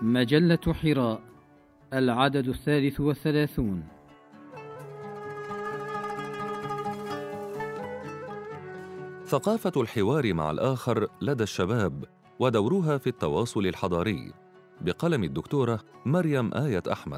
مجلة حراء، العدد 33. ثقافة الحوار مع الآخر لدى الشباب ودورها في التواصل الحضاري، بقلم الدكتورة مريم آية أحمد.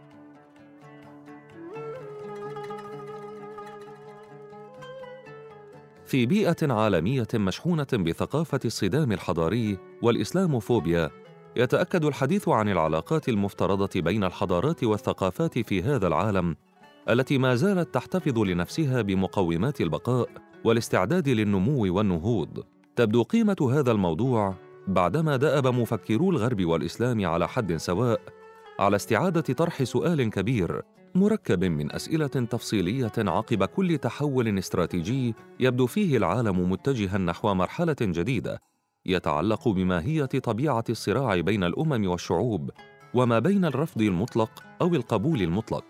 في بيئة عالمية مشحونة بثقافة الصدام الحضاري والإسلاموفوبيا، يتأكد الحديث عن العلاقات المفترضة بين الحضارات والثقافات في هذا العالم التي ما زالت تحتفظ لنفسها بمقومات البقاء والاستعداد للنمو والنهوض. تبدو قيمة هذا الموضوع بعدما دأب مفكرو الغرب والإسلام على حد سواء على استعادة طرح سؤال كبير مركب من أسئلة تفصيلية عقب كل تحول استراتيجي يبدو فيه العالم متجها نحو مرحلة جديدة يتعلق بماهية طبيعة الصراع بين الأمم والشعوب وما بين الرفض المطلق أو القبول المطلق.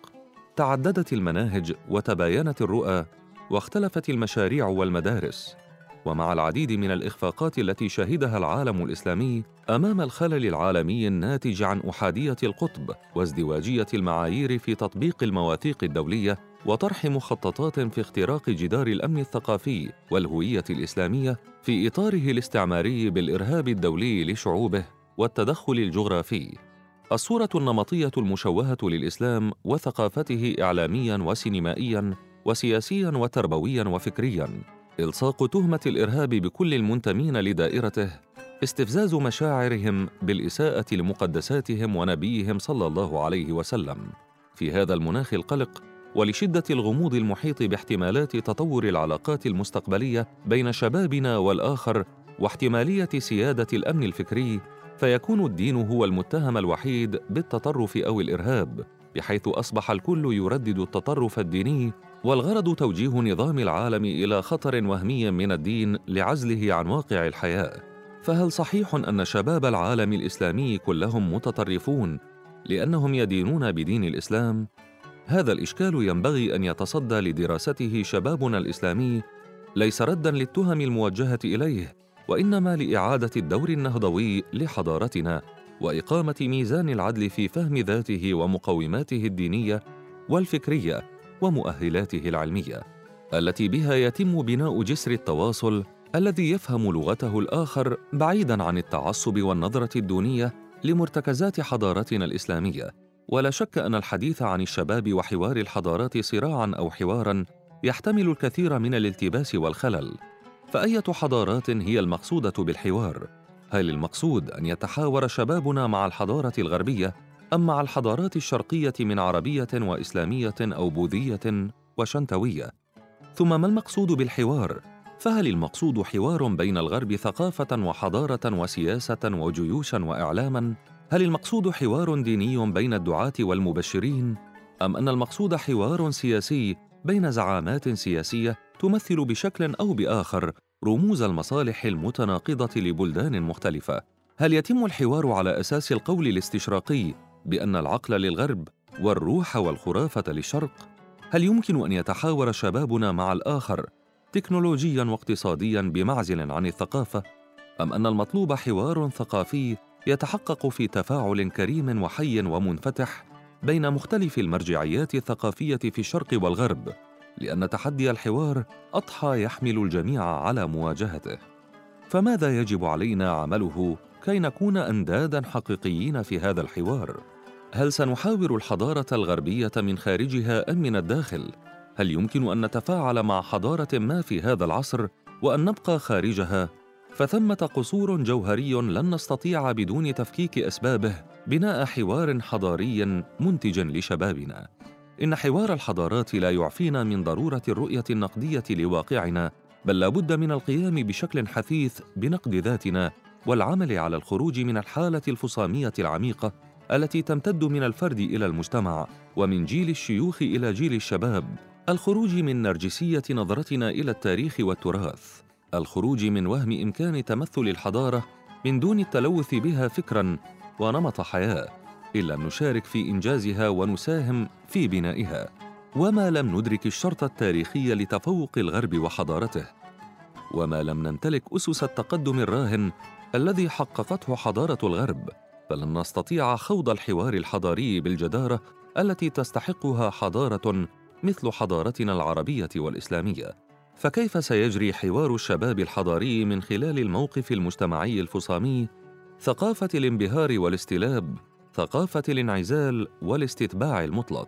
تعددت المناهج وتباينت الرؤى واختلفت المشاريع والمدارس، ومع العديد من الإخفاقات التي شهدها العالم الإسلامي أمام الخلل العالمي الناتج عن أحادية القطب وازدواجية المعايير في تطبيق المواثيق الدولية وطرح مخططات في اختراق جدار الأمن الثقافي والهوية الإسلامية في إطاره الاستعماري بالإرهاب الدولي لشعوبه والتدخل الجغرافي. الصورة النمطية المشوهة للإسلام وثقافته إعلامياً وسينمائياً وسياسياً وتربوياً وفكرياً، إلصاق تهمة الإرهاب بكل المنتمين لدائرته، استفزاز مشاعرهم بالإساءة لمقدساتهم ونبيهم صلى الله عليه وسلم. في هذا المناخ القلق ولشدة الغموض المحيط باحتمالات تطور العلاقات المستقبلية بين شبابنا والآخر واحتمالية سيادة الأمن الفكري، فيكون الدين هو المتهم الوحيد بالتطرف أو الإرهاب، بحيث أصبح الكل يردد التطرف الديني، والغرض توجيه نظام العالم إلى خطر وهمي من الدين لعزله عن واقع الحياة. فهل صحيح أن شباب العالم الإسلامي كلهم متطرفون لأنهم يدينون بدين الإسلام؟ هذا الإشكال ينبغي أن يتصدى لدراسته شبابنا الإسلامي، ليس رداً للتهم الموجهة إليه، وإنما لإعادة الدور النهضوي لحضارتنا وإقامة ميزان العدل في فهم ذاته ومقوماته الدينية والفكرية ومؤهلاته العلمية، التي بها يتم بناء جسر التواصل الذي يفهم لغته الآخر بعيداً عن التعصب والنظرة الدونية لمرتكزات حضارتنا الإسلامية. ولا شك أن الحديث عن الشباب وحوار الحضارات صراعاً أو حواراً يحتمل الكثير من الالتباس والخلل. فأية حضارات هي المقصودة بالحوار؟ هل المقصود أن يتحاور شبابنا مع الحضارة الغربية أم مع الحضارات الشرقية من عربية وإسلامية أو بوذية وشنتوية؟ ثم ما المقصود بالحوار؟ فهل المقصود حوار بين الغرب ثقافة وحضارة وسياسة وجيوشا وإعلاما؟ هل المقصود حوار ديني بين الدعاة والمبشرين؟ أم أن المقصود حوار سياسي بين زعامات سياسية تمثل بشكل أو بآخر رموز المصالح المتناقضة لبلدان مختلفة؟ هل يتم الحوار على أساس القول الاستشراقي بأن العقل للغرب والروح والخرافة للشرق؟ هل يمكن أن يتحاور شبابنا مع الآخر تكنولوجياً واقتصادياً بمعزل عن الثقافة؟ أم أن المطلوب حوار ثقافي يتحقق في تفاعل كريم وحي ومنفتح بين مختلف المرجعيات الثقافية في الشرق والغرب، لأن تحدي الحوار أضحى يحمل الجميع على مواجهته؟ فماذا يجب علينا عمله كي نكون أنداداً حقيقيين في هذا الحوار؟ هل سنحاور الحضارة الغربية من خارجها أم من الداخل؟ هل يمكن أن نتفاعل مع حضارة ما في هذا العصر وأن نبقى خارجها؟ فثمة قصور جوهري لن نستطيع بدون تفكيك أسبابه بناء حوار حضاري منتج لشبابنا. إن حوار الحضارات لا يعفينا من ضرورة الرؤية النقدية لواقعنا، بل لابد من القيام بشكل حثيث بنقد ذاتنا والعمل على الخروج من الحالة الفصامية العميقة التي تمتد من الفرد إلى المجتمع ومن جيل الشيوخ إلى جيل الشباب، الخروج من نرجسية نظرتنا إلى التاريخ والتراث، الخروج من وهم إمكان تمثل الحضارة من دون التلوث بها فكراً ونمط حياة، إلا أن نشارك في إنجازها ونساهم في بنائها، وما لم ندرك الشرط التاريخي لتفوق الغرب وحضارته، وما لم نمتلك أسس التقدم الراهن الذي حققته حضارة الغرب، فلن نستطيع خوض الحوار الحضاري بالجدارة التي تستحقها حضارة مثل حضارتنا العربية والإسلامية. فكيف سيجري حوار الشباب الحضاري من خلال الموقف المجتمعي الفصامي، ثقافة الانبهار والاستلاب، ثقافة الانعزال والاستتباع المطلق؟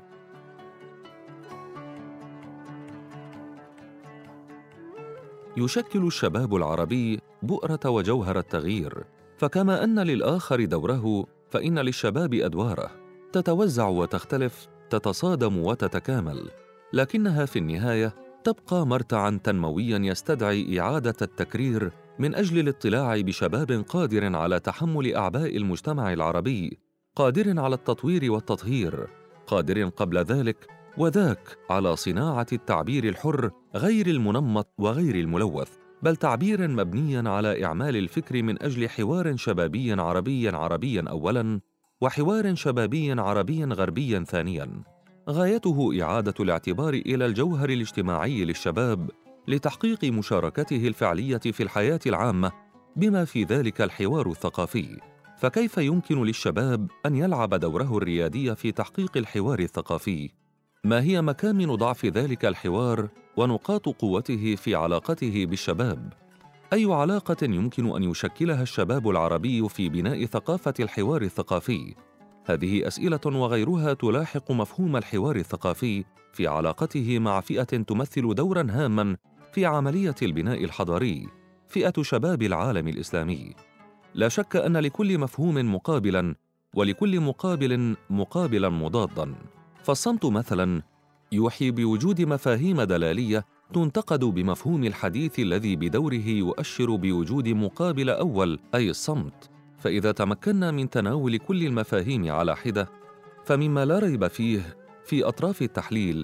يشكل الشباب العربي بؤرة وجوهر التغيير، فكما أن للآخر دوره، فإن للشباب أدواره، تتوزع وتختلف، تتصادم وتتكامل، لكنها في النهاية تبقى مرتعاً تنموياً يستدعي إعادة التكرير من أجل الاطلاع بشباب قادر على تحمل أعباء المجتمع العربي، قادر على التطوير والتطهير، قادر قبل ذلك وذاك على صناعة التعبير الحر غير المنمط وغير الملوث، بل تعبير مبني على إعمال الفكر من أجل حوار شبابي عربي أولاً، وحوار شبابي عربي غربي ثانياً، غايته إعادة الاعتبار إلى الجوهر الاجتماعي للشباب لتحقيق مشاركته الفعلية في الحياة العامة، بما في ذلك الحوار الثقافي. فكيف يمكن للشباب أن يلعب دوره الريادي في تحقيق الحوار الثقافي؟ ما هي مكامن ضعف ذلك الحوار ونقاط قوته في علاقته بالشباب؟ أي علاقة يمكن أن يشكلها الشباب العربي في بناء ثقافة الحوار الثقافي؟ هذه أسئلة وغيرها تلاحق مفهوم الحوار الثقافي في علاقته مع فئة تمثل دوراً هاماً في عملية البناء الحضاري، فئة شباب العالم الإسلامي. لا شك أن لكل مفهوم مقابلاً، ولكل مقابل مقابلاً مضاداً. فالصمت مثلاً يوحي بوجود مفاهيم دلالية تنتقد بمفهوم الحديث الذي بدوره يؤشر بوجود مقابل أول، أي الصمت. فإذا تمكنا من تناول كل المفاهيم على حدة، فمما لا ريب فيه في أطراف التحليل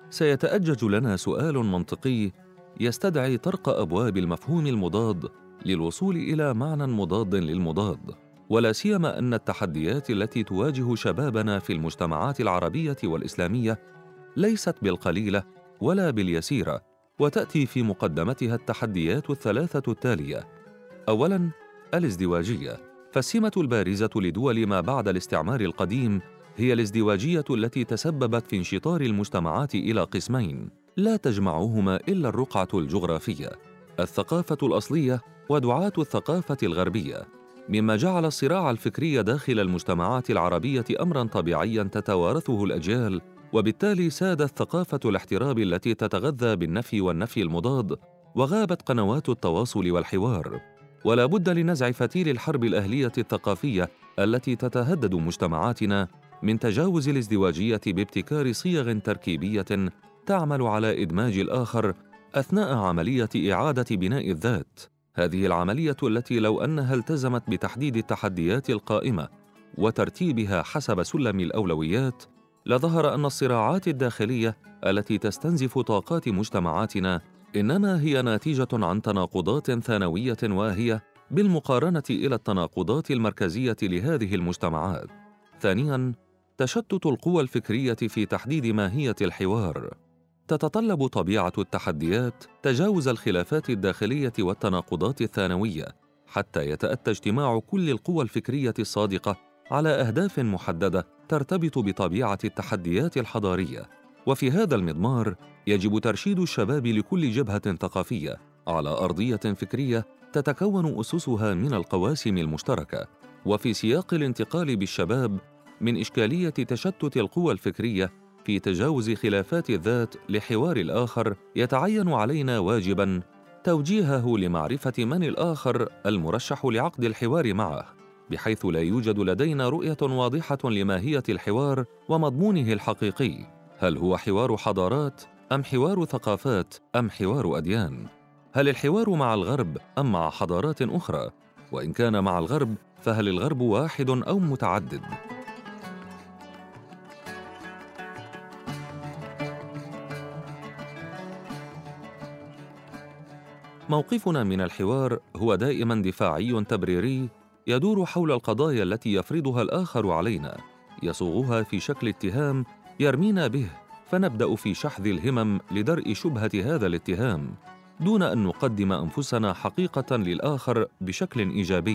سيتأجج لنا سؤال منطقي يستدعي طرق أبواب المفهوم المضاد للوصول إلى معنى مضاد للمضاد، ولا سيما أن التحديات التي تواجه شبابنا في المجتمعات العربية والإسلامية ليست بالقليلة ولا باليسيرة، وتأتي في مقدمتها التحديات الثلاثة التالية. أولاً، الازدواجية، فالسمة البارزة لدول ما بعد الاستعمار القديم هي الازدواجية التي تسببت في انشطار المجتمعات إلى قسمين لا تجمعهما إلا الرقعة الجغرافية: الثقافة الأصلية ودعاة الثقافة الغربية، مما جعل الصراع الفكري داخل المجتمعات العربية أمراً طبيعياً تتوارثه الأجيال، وبالتالي سادت ثقافة الاحتراب التي تتغذى بالنفي والنفي المضاد، وغابت قنوات التواصل والحوار. ولا بد لنزع فتيل الحرب الأهلية الثقافية التي تتهدد مجتمعاتنا من تجاوز الازدواجية بابتكار صيغ تركيبية تعمل على إدماج الآخر أثناء عملية إعادة بناء الذات. هذه العملية التي لو أنها التزمت بتحديد التحديات القائمة وترتيبها حسب سلم الأولويات، لظهر أن الصراعات الداخلية التي تستنزف طاقات مجتمعاتنا إنما هي ناتجة عن تناقضات ثانوية واهية بالمقارنة إلى التناقضات المركزية لهذه المجتمعات. ثانياً، تشتت القوى الفكرية في تحديد ماهية الحوار. تتطلب طبيعة التحديات تجاوز الخلافات الداخلية والتناقضات الثانوية حتى يتأتى اجتماع كل القوى الفكرية الصادقة على أهداف محددة ترتبط بطبيعة التحديات الحضارية. وفي هذا المضمار يجب ترشيد الشباب لكل جبهة ثقافية على أرضية فكرية تتكون أسسها من القواسم المشتركة. وفي سياق الانتقال بالشباب من إشكالية تشتت القوى الفكرية في تجاوز خلافات الذات لحوار الآخر، يتعين علينا واجباً توجيهه لمعرفة من الآخر المرشح لعقد الحوار معه، بحيث لا يوجد لدينا رؤية واضحة لماهية الحوار ومضمونه الحقيقي. هل هو حوار حضارات أم حوار ثقافات أم حوار أديان؟ هل الحوار مع الغرب أم مع حضارات أخرى؟ وإن كان مع الغرب، فهل الغرب واحد أو متعدد؟ موقفنا من الحوار هو دائماً دفاعي تبريري، يدور حول القضايا التي يفرضها الآخر علينا، يصوغها في شكل اتهام يرمينا به، فنبدأ في شحذ الهمم لدرء شبهة هذا الاتهام، دون أن نقدم أنفسنا حقيقة للآخر بشكل إيجابي.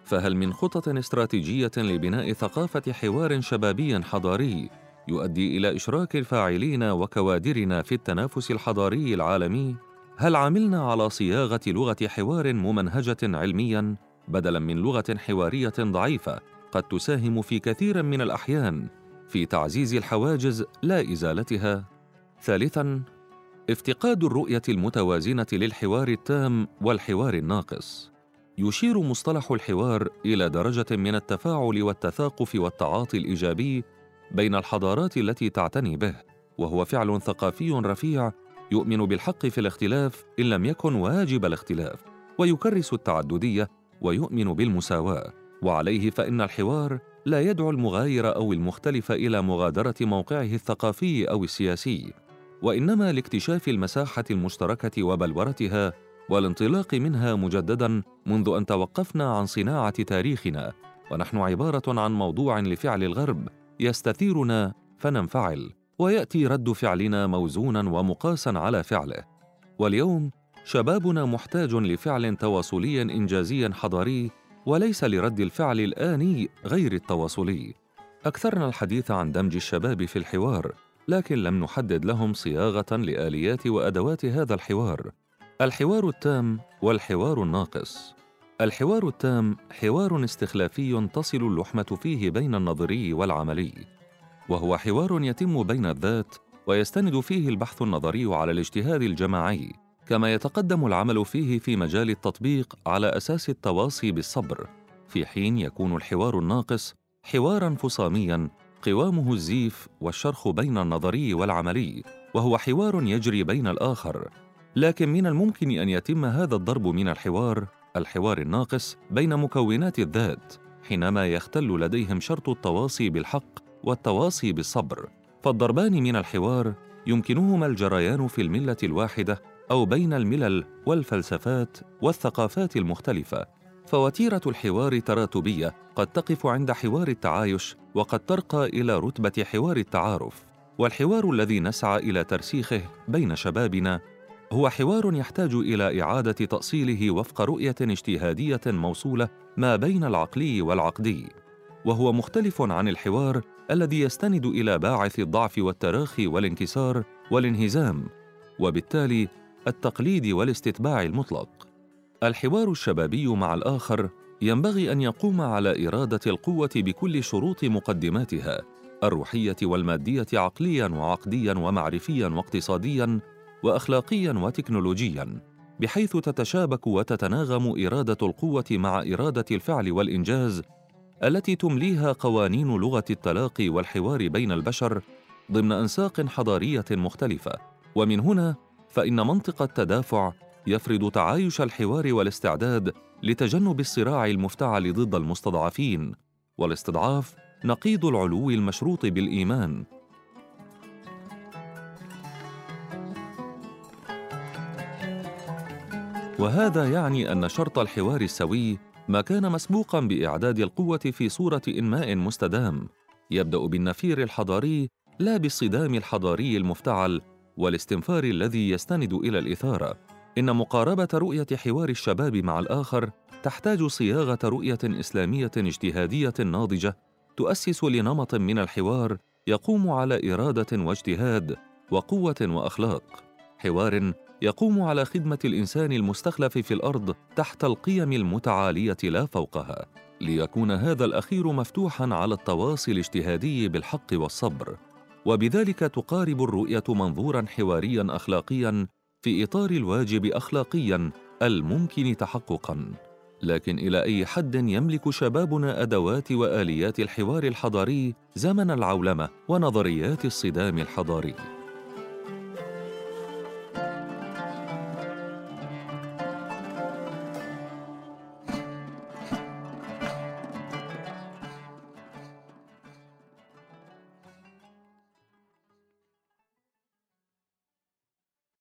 فهل من خطط استراتيجية لبناء ثقافة حوار شبابي حضاري يؤدي إلى إشراك الفاعلين وكوادرنا في التنافس الحضاري العالمي؟ هل عملنا على صياغة لغة حوار ممنهجة علمياً بدلاً من لغة حوارية ضعيفة قد تساهم في كثير من الأحيان في تعزيز الحواجز لا إزالتها؟ ثالثاً، افتقاد الرؤية المتوازنة للحوار التام والحوار الناقص. يشير مصطلح الحوار إلى درجة من التفاعل والتثاقف والتعاطي الإيجابي بين الحضارات التي تعتني به، وهو فعل ثقافي رفيع يؤمن بالحق في الاختلاف إن لم يكن واجب الاختلاف، ويكرس التعددية ويؤمن بالمساواة. وعليه فإن الحوار لا يدعو المغاير أو المختلف إلى مغادرة موقعه الثقافي أو السياسي، وإنما لاكتشاف المساحة المشتركة وبلورتها والانطلاق منها مجدداً منذ أن توقفنا عن صناعة تاريخنا، ونحن عبارة عن موضوع لفعل الغرب يستثيرنا فننفعل، ويأتي رد فعلنا موزوناً ومقاساً على فعله. واليوم شبابنا محتاج لفعل تواصلي إنجازي حضاري، وليس لرد الفعل الآني غير التواصلي. أكثرنا الحديث عن دمج الشباب في الحوار، لكن لم نحدد لهم صياغة لآليات وأدوات هذا الحوار. الحوار التام والحوار الناقص. الحوار التام حوار استخلافي تصل اللحمة فيه بين النظري والعملي، وهو حوار يتم بين الذات ويستند فيه البحث النظري على الاجتهاد الجماعي، كما يتقدم العمل فيه في مجال التطبيق على أساس التواصي بالصبر، في حين يكون الحوار الناقص حواراً فصامياً قوامه الزيف والشرخ بين النظري والعملي، وهو حوار يجري بين الآخر. لكن من الممكن أن يتم هذا الضرب من الحوار الناقص بين مكونات الذات حينما يختل لديهم شرط التواصي بالحق والتواصي بالصبر. فالضربان من الحوار يمكنهما الجريان في الملة الواحدة أو بين الملل والفلسفات والثقافات المختلفة. فوتيرة الحوار تراتبية، قد تقف عند حوار التعايش وقد ترقى إلى رتبة حوار التعارف. والحوار الذي نسعى إلى ترسيخه بين شبابنا هو حوار يحتاج إلى إعادة تأصيله وفق رؤية اجتهادية موصولة ما بين العقلي والعقدي، وهو مختلف عن الحوار الذي يستند إلى باعث الضعف والتراخي والانكسار والانهزام، وبالتالي التقليد والاستتباع المطلق. الحوار الشبابي مع الآخر ينبغي أن يقوم على إرادة القوة بكل شروط مقدماتها الروحية والمادية، عقلياً وعقدياً ومعرفياً واقتصادياً وأخلاقياً وتكنولوجياً، بحيث تتشابك وتتناغم إرادة القوة مع إرادة الفعل والإنجاز التي تمليها قوانين لغة التلاقي والحوار بين البشر ضمن أنساق حضارية مختلفة. ومن هنا فإن منطق التدافع يفرض تعايش الحوار والاستعداد لتجنب الصراع المفتعل ضد المستضعفين، والاستضعاف نقيض العلو المشروط بالإيمان. وهذا يعني أن شرط الحوار السوي ما كان مسبوقاً بإعداد القوة في صورة إنماء مستدام يبدأ بالنفير الحضاري لا بالصدام الحضاري المفتعل والاستنفار الذي يستند إلى الإثارة. إن مقاربة رؤية حوار الشباب مع الآخر تحتاج صياغة رؤية إسلامية اجتهادية ناضجة تؤسس لنمط من الحوار يقوم على إرادة واجتهاد وقوة وأخلاق، حوار يقوم على خدمة الإنسان المستخلف في الأرض تحت القيم المتعالية لا فوقها، ليكون هذا الأخير مفتوحاً على التواصي الاجتهادي بالحق والصبر. وبذلك تقارب الرؤية منظوراً حوارياً أخلاقياً في إطار الواجب أخلاقياً الممكن تحققاً. لكن إلى أي حد يملك شبابنا أدوات وآليات الحوار الحضاري زمن العولمة ونظريات الصدام الحضاري؟